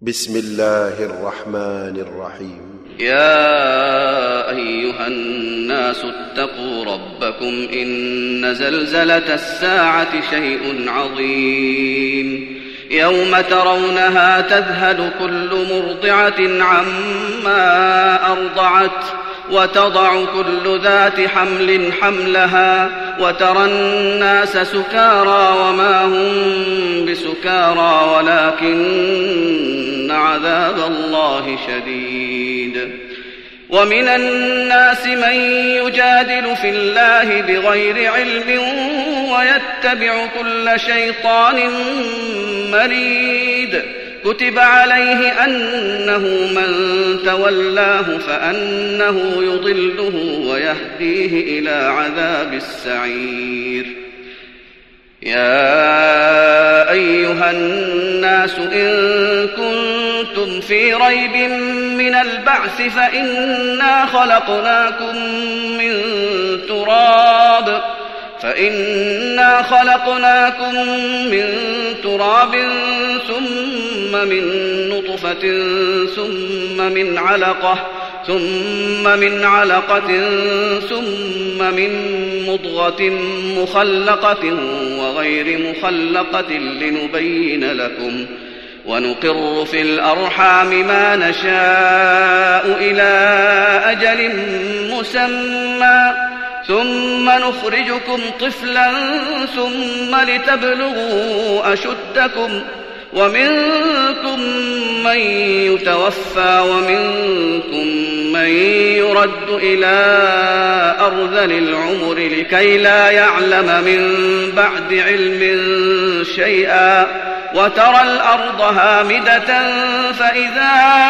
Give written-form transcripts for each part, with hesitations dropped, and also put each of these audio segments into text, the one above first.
بسم الله الرحمن الرحيم. يا أيها الناس اتقوا ربكم إن زلزلة الساعة شيء عظيم يوم ترونها تذهل كل مرضعة عما أرضعت وتضع كل ذات حمل حملها وترى الناس سكارى وما هم بسكارى ولكن عذاب الله شديد. ومن الناس من يجادل في الله بغير علم ويتبع كل شيطان مريد. كتب عليه أنه من تولاه فأنه يضله ويهديه إلى عذاب السعير. يا أيها الناس إن كنتم في ريب من البعث فإنا خلقناكم من تراب ثم من نطفة ثم من علقة ثم من مضغة مخلقة وغير مخلقة لنبين لكم ونقر في الأرحام ما نشاء إلى أجل مسمى ثم نخرجكم طفلا ثم لتبلغوا أشدكم ومنكم من يتوفى ومنكم من يرد إلى أرذل العمر لكي لا يعلم من بعد علم شيئا وترى الأرض هامدة فإذا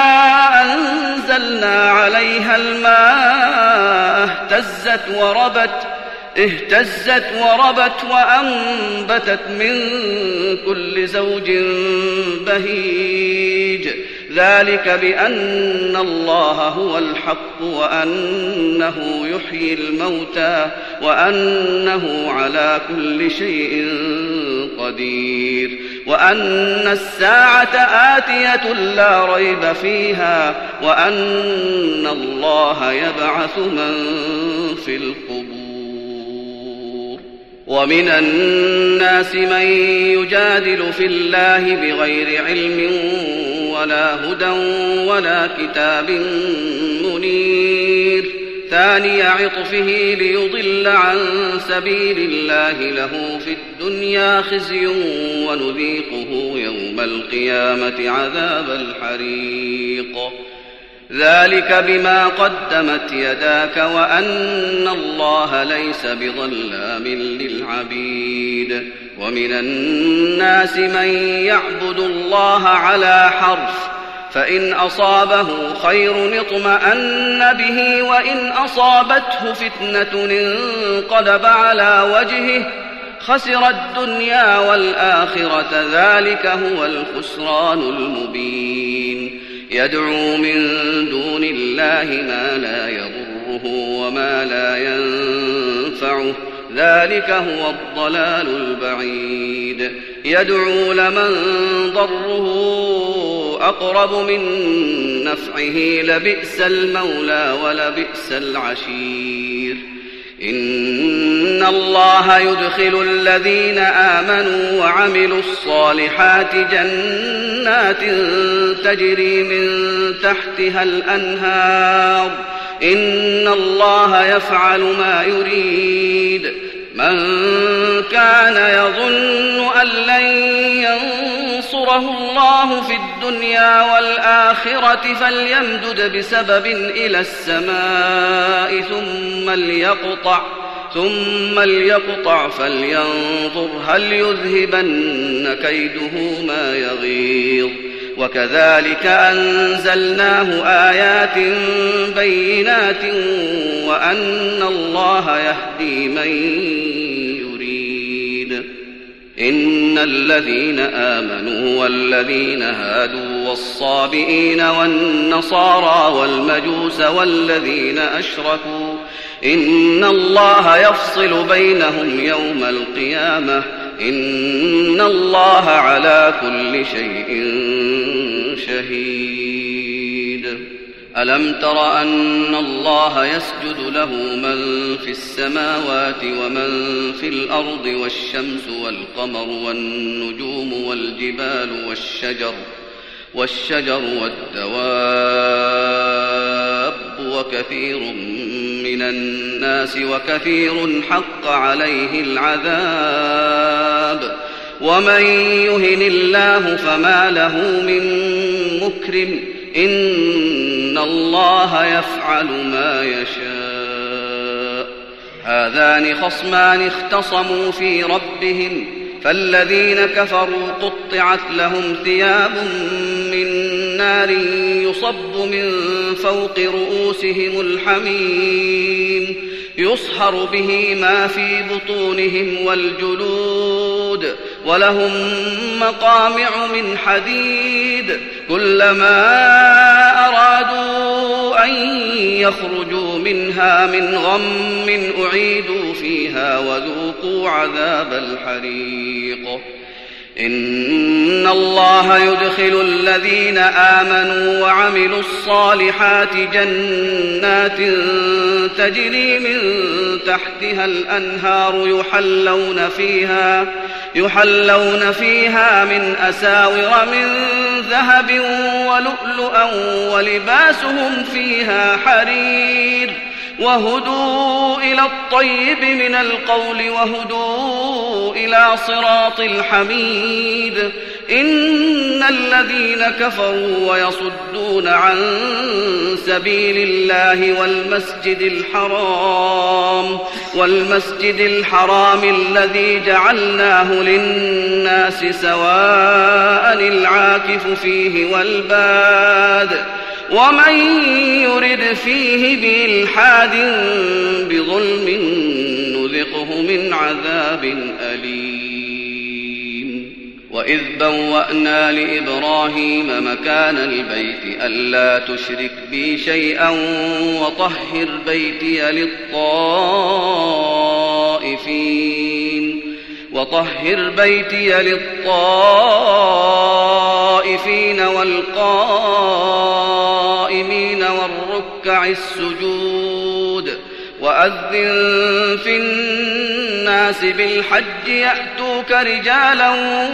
أنزلنا عليها الماء اهتزت وربت وأنبتت من كل زوج بهيج. ذلك بأن الله هو الحق وأنه يحيي الموتى وأنه على كل شيء قدير وأن الساعة آتية لا ريب فيها وأن الله يبعث من في القبور. ومن الناس من يجادل في الله بغير علم ولا هدى ولا كتاب منير. ثاني عطفه ليضل عن سبيل الله له في الدنيا خزي ونذيقه يوم القيامة عذاب الحريق. ذلك بما قدمت يداك وأن الله ليس بظلام للعبيد. ومن الناس من يعبد الله على حرف فإن أصابه خير اطمأن به وإن أصابته فتنة انقلب على وجهه خسر الدنيا والآخرة. ذلك هو الخسران المبين. يدعو من دون الله ما لا يضره وما لا ينفعه. ذلك هو الضلال البعيد. يدعو لمن ضره أقرب من نفعه لبئس المولى ولبئس العشير. إن الله يدخل الذين آمنوا وعملوا الصالحات جنات تجري من تحتها الأنهار. إن الله يفعل ما يريد. من كان يظن أن لن ينصره الله في الدنيا والآخرة فليمدد بسبب إلى السماء ثم ليقطع فلينظر هل يذهبن كيده ما يغيظ. وكذلك أنزلناه آيات بينات وأن الله يهدي من يريد. إن الذين آمنوا والذين هادوا والصابئين والنصارى والمجوس والذين أشركوا إن الله يفصل بينهم يوم القيامة إن الله على كل شيء شهيد ألم تر أن الله يسجد له من في السماوات ومن في الأرض والشمس والقمر والنجوم والجبال والشجر والدواب وكثير من الناس وكثير حق عليه العذاب ومن يهن الله فما له من مكرم إن الله يفعل ما يشاء هذان خصمان اختصموا في ربهم فالذين كفروا قطعت لهم ثياب من نار يصب من فوق رؤوسهم الحميم يصهر به ما في بطونهم والجلود ولهم مقامع من حديد كلما أرادوا أن يخرجوا منها من غم أعيدوا فيها وذوقوا عذاب الحريق إن الله يدخل الذين آمنوا وعملوا الصالحات جنات تجري من تحتها الأنهار يحلون فيها من أساور من ذهب ولؤلؤا ولباسهم فيها حرير وهدوا إلى الطيب من القول وهدوا إلى صراط الحميد إن الذين كفروا ويصدون عن سبيل الله والمسجد الحرام الذي جعلناه للناس سواء العاكف فيه والباد ومن يرد فيه بإلحاد بظلم نذقه من عذاب أليم وإذ بوأنا لإبراهيم مكان البيت ألا تشرك بي شيئا وطهر بيتي للطائفين والقائمين والركع السجود وأذن في الناس بالحج يأتوك رجالا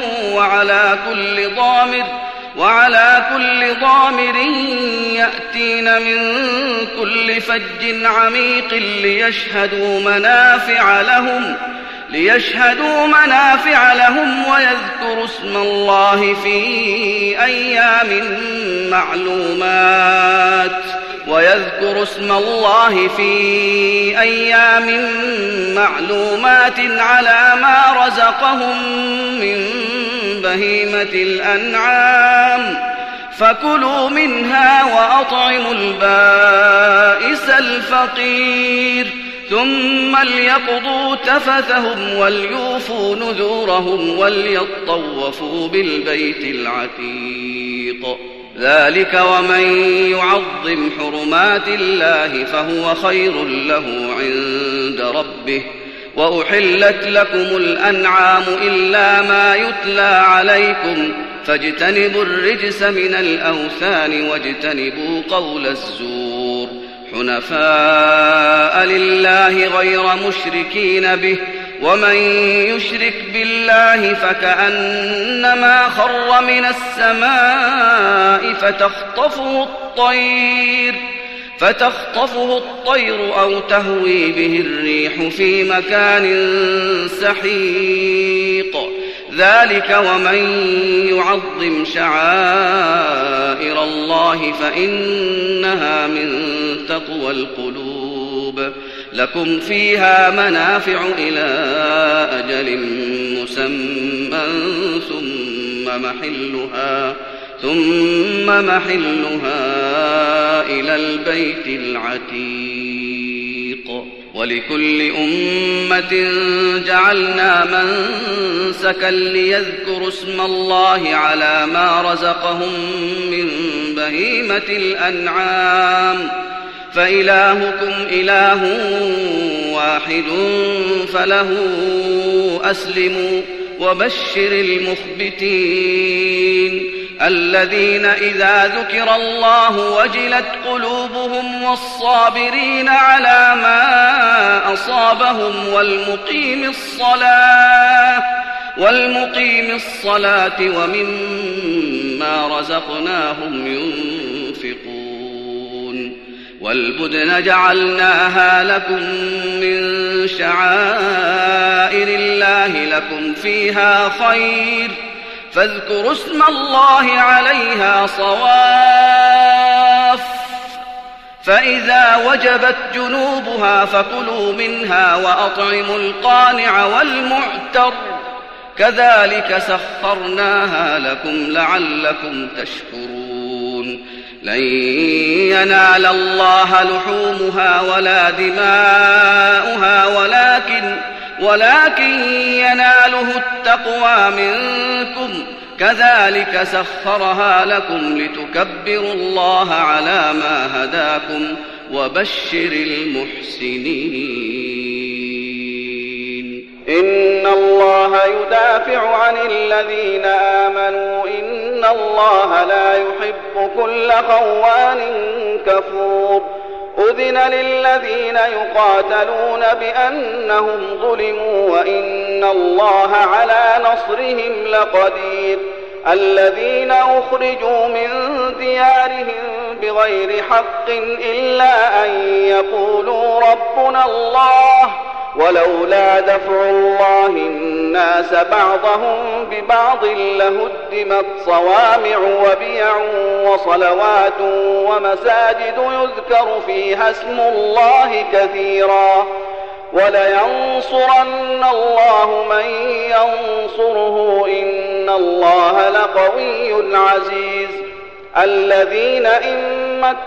وعلى كل ضامر يأتين من كل فج عميق ليشهدوا منافع لهم ويذكروا اسم الله في أيام معلومات على ما رزقهم من بهيمة الأنعام فكلوا منها وأطعموا البائس الفقير ثم ليقضوا تفثهم وليوفوا نذورهم وليطوفوا بالبيت العتيق ذلك ومن يعظم حرمات الله فهو خير له عند ربه وأحلت لكم الأنعام إلا ما يتلى عليكم فاجتنبوا الرجس من الأوثان واجتنبوا قول الزور حنفاء لله غير مشركين به ومن يشرك بالله فكأنما خر من السماء فتخطفه الطير أو تهوي به الريح في مكان سحيق ذلك ومن يعظم شعائر الله فإنها من تقوى القلوب لكم فيها منافع إلى أجل مسمى ثم محلها إلى البيت العتيق ولكل أمة جعلنا منسكا ليذكروا اسم الله على ما رزقهم من بهيمة الأنعام فإلهكم إله واحد فله أسلموا وبشر المخبتين الذين إذا ذكر الله وجلت قلوبهم والصابرين على ما أصابهم والمقيم الصلاة ومما رزقناهم ينفقون والبدن جعلناها لكم من شعائر الله لكم فيها خير فاذكروا اسم الله عليها صواف فإذا وجبت جنوبها فكلوا منها وأطعموا القانع والمعتر كذلك سخرناها لكم لعلكم تشكرون لن ينال الله لحومها ولا دماؤها ولكن يناله التقوى منكم كذلك سخرها لكم لتكبروا الله على ما هداكم وبشر المحسنين إن الله يدافع عن الذين آمنوا إن الله لا يحب كل خوان كفور أذن للذين يقاتلون بأنهم ظلموا وإن الله على نصرهم لقدير الذين أخرجوا من ديارهم بغير حق إلا أن يقولوا ربنا الله ولولا دفع الله الناس بعضهم ببعض لهدمت صوامع وبيع وصلوات ومساجد يذكر فيها اسم الله كثيرا ولينصرن الله من ينصره إن الله لقوي عزيز الذين إن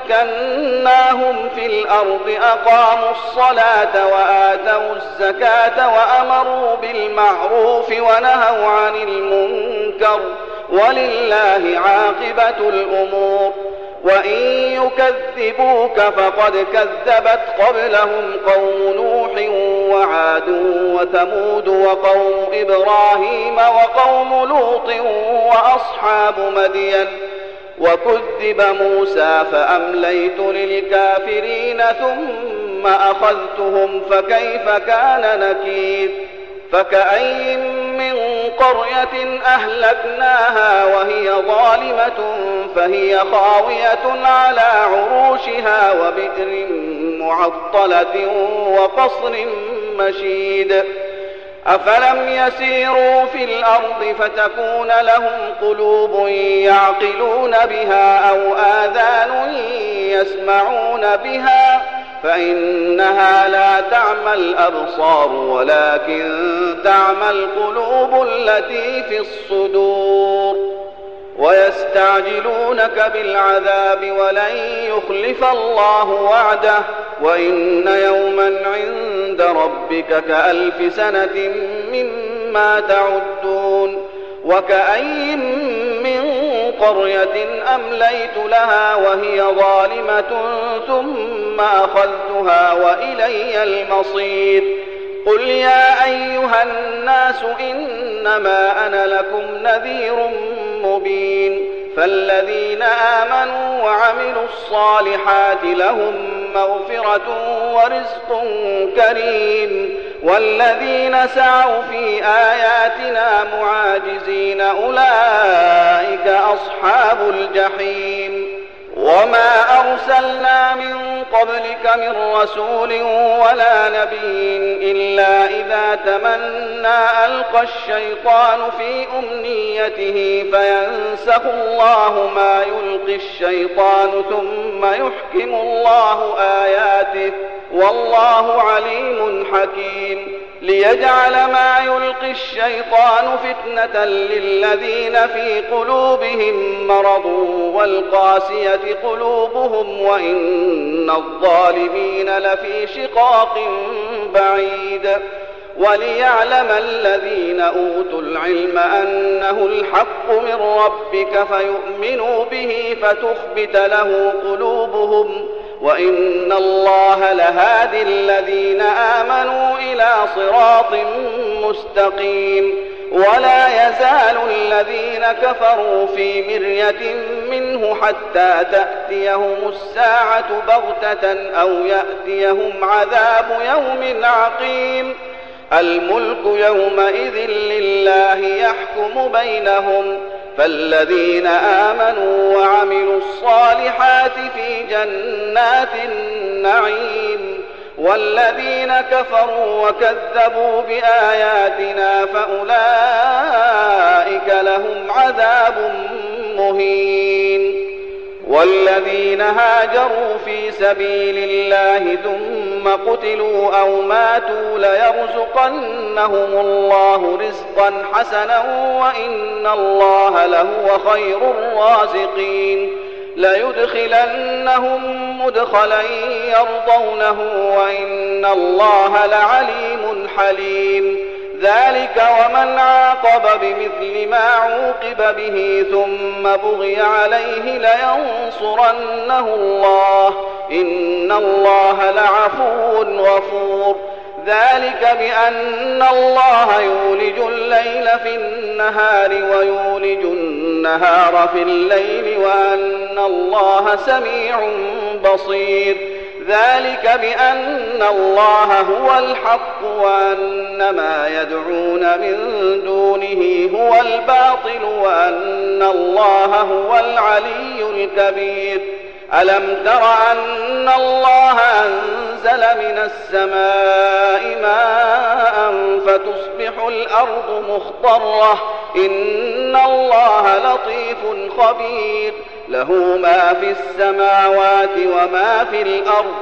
مكناهم في الأرض أقاموا الصلاة وآتوا الزكاة وأمروا بالمعروف ونهوا عن المنكر ولله عاقبة الأمور وإن يكذبوك فقد كذبت قبلهم قوم نوح وعاد وثمود وقوم إبراهيم وقوم لوط وأصحاب مدين وكذب موسى فأمليت للكافرين ثم أخذتهم فكيف كان نكير فكأي من قرية أهلكناها وهي ظالمة فهي خاوية على عروشها وبئر معطلة وقصر مشيد أفلم يسيروا في الأرض فتكون لهم قلوب يعقلون بها أو آذان يسمعون بها فإنها لا تعمى الأبصار ولكن تعمى القلوب التي في الصدور ويستعجلونك بالعذاب ولن يخلف الله وعده وإن يوما عند ربك كألف سنة مما تعدون وكأي من قرية أمليت لها وهي ظالمة ثم أخذتها وإلي المصير قل يا أيها الناس إنما أنا لكم نذير مبين فالذين آمنوا وعملوا الصالحات لهم مغفرة ورزق كريم والذين سعوا في آياتنا معاجزين أولئك أصحاب الجحيم وما أرسلنا من قبلك من رسول ولا نبي إلا إذا تمنى ألقى الشيطان في أمنيته فينسخ الله ما يلقي الشيطان ثم يحكم الله آياته والله عليم حكيم ليجعل ما يلقي الشيطان فتنة للذين في قلوبهم مرض والقاسية قلوبهم وإن الظالمين لفي شقاق بعيد وليعلم الذين أوتوا العلم أنه الحق من ربك فيؤمنوا به فتخبت له قلوبهم وإن الله لهادي الذين آمنوا إلى صراط مستقيم ولا يزال الذين كفروا في مرية منه حتى تأتيهم الساعة بغتة أو يأتيهم عذاب يوم عقيم الملك يومئذ لله يحكم بينهم فالذين آمنوا وعملوا الصالحات في جنات النعيم والذين كفروا وكذبوا بآياتنا فأولئك لهم عذاب مهين والذين هاجروا في سبيل الله ثم قتلوا أو ماتوا ليرزقنهم الله رزقا حسنا وإن الله لهو خير الرازقين ليدخلنهم مدخلا يرضونه وإن الله لعليم حليم ذلك ومن عاقب بمثل ما عوقب به ثم بغي عليه لينصرنه الله إن الله لعفو غفور ذلك بأن الله يولج الليل في النهار ويولج النهار في الليل وأن الله سميع بصير ذلك بأن الله هو الحق وأن ما يدعون من دونه هو الباطل وأن الله هو العلي الكبير ألم تر أن الله أنزل من السماء ماء فتصبح الأرض مخضرة إن الله لطيف خبير له ما في السماوات وما في الأرض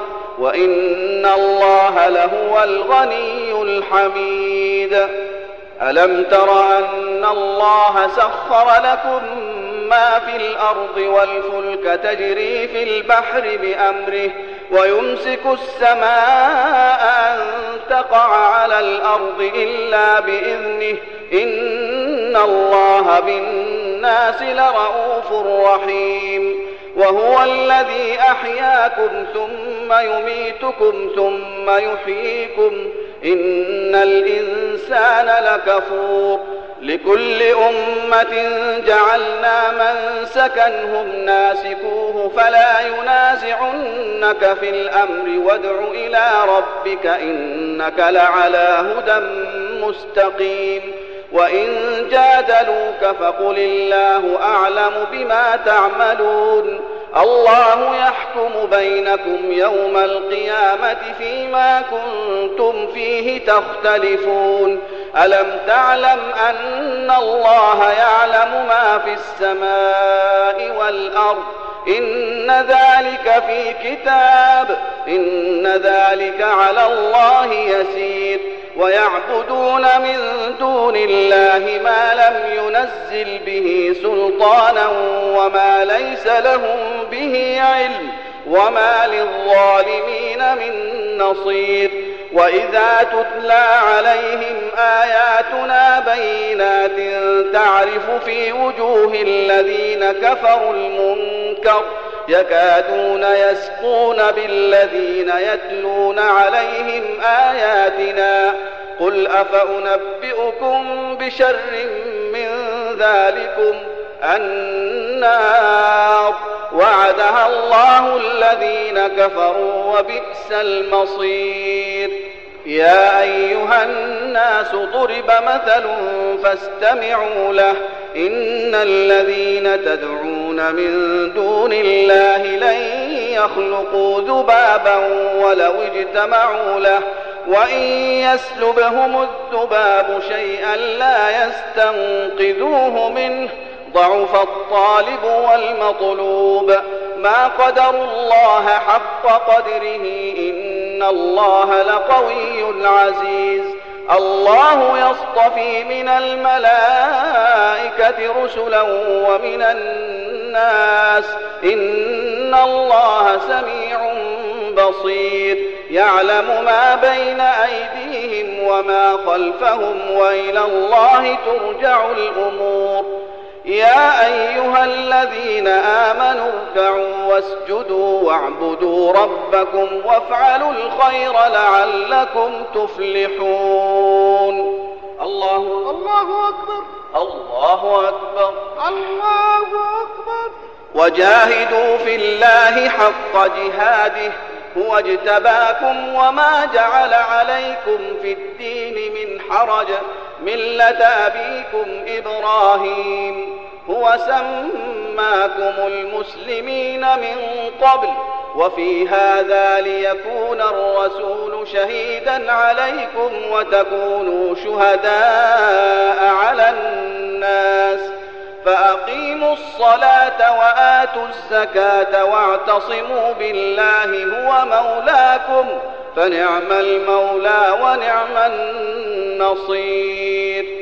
وإن الله لهو الغني الحميد ألم تر أن الله سخر لكم ما في الأرض والفلك تجري في البحر بأمره ويمسك السماء أن تقع على الأرض إلا بإذنه إن الله بالناس لرؤوف رحيم وهو الذي أحياكم ثم يميتكم ثم يحييكم إن الإنسان لكفور لكل أمة جعلنا منسكا هم ناسكوه فلا ينازعنك في الأمر وادع إلى ربك إنك لعلى هدى مستقيم وإن جادلوك فقل الله أعلم بما تعملون الله يحكم بينكم يوم القيامة فيما كنتم فيه تختلفون ألم تعلم أن الله يعلم ما في السماء والأرض إن ذلك في كتاب إن ذلك على الله يسير ويعبدون من دون الله ما لم ينزل به سلطانا وما ليس لهم به علم وما للظالمين من نصير وإذا تتلى عليهم آياتنا بينات تعرف في وجوه الذين كفروا المنكر يكادون يسقون بالذين يتلون عليهم آياتنا قل أفأنبئكم بشر من ذلكم النار وعدها الله الذين كفروا وبئس المصير يا أيها الناس ضرب مثل فاستمعوا له إن الذين تدعون من دون الله لن يخلقوا ذبابا ولو اجتمعوا له وإن يسلبهم الذباب شيئا لا يستنقذوه منه ضعف الطالب والمطلوب ما قدروا الله حق قدره إن الله لقوي عزيز الله يصطفي من الملائكة رسلا ومن الناس إن الله سميع بصير يعلم ما بين أيديهم وما خلفهم وإلى الله ترجع الأمور يا أيها الذين آمنوا اركعوا واسجدوا واعبدوا ربكم وافعلوا الخير لعلكم تفلحون الله أكبر الله أكبر الله أكبر. وجاهدوا في الله حق جهاده هو اجتباكم وما جعل عليكم في الدين من حرج ملة أبيكم إبراهيم هو سماكم المسلمين من قبل وفي هذا ليكون الرسول شهيدا عليكم وتكونوا شهداء على الناس فأقيموا الصلاة وآتوا الزكاة واعتصموا بالله هو مولاكم فنعم المولى ونعم النصير.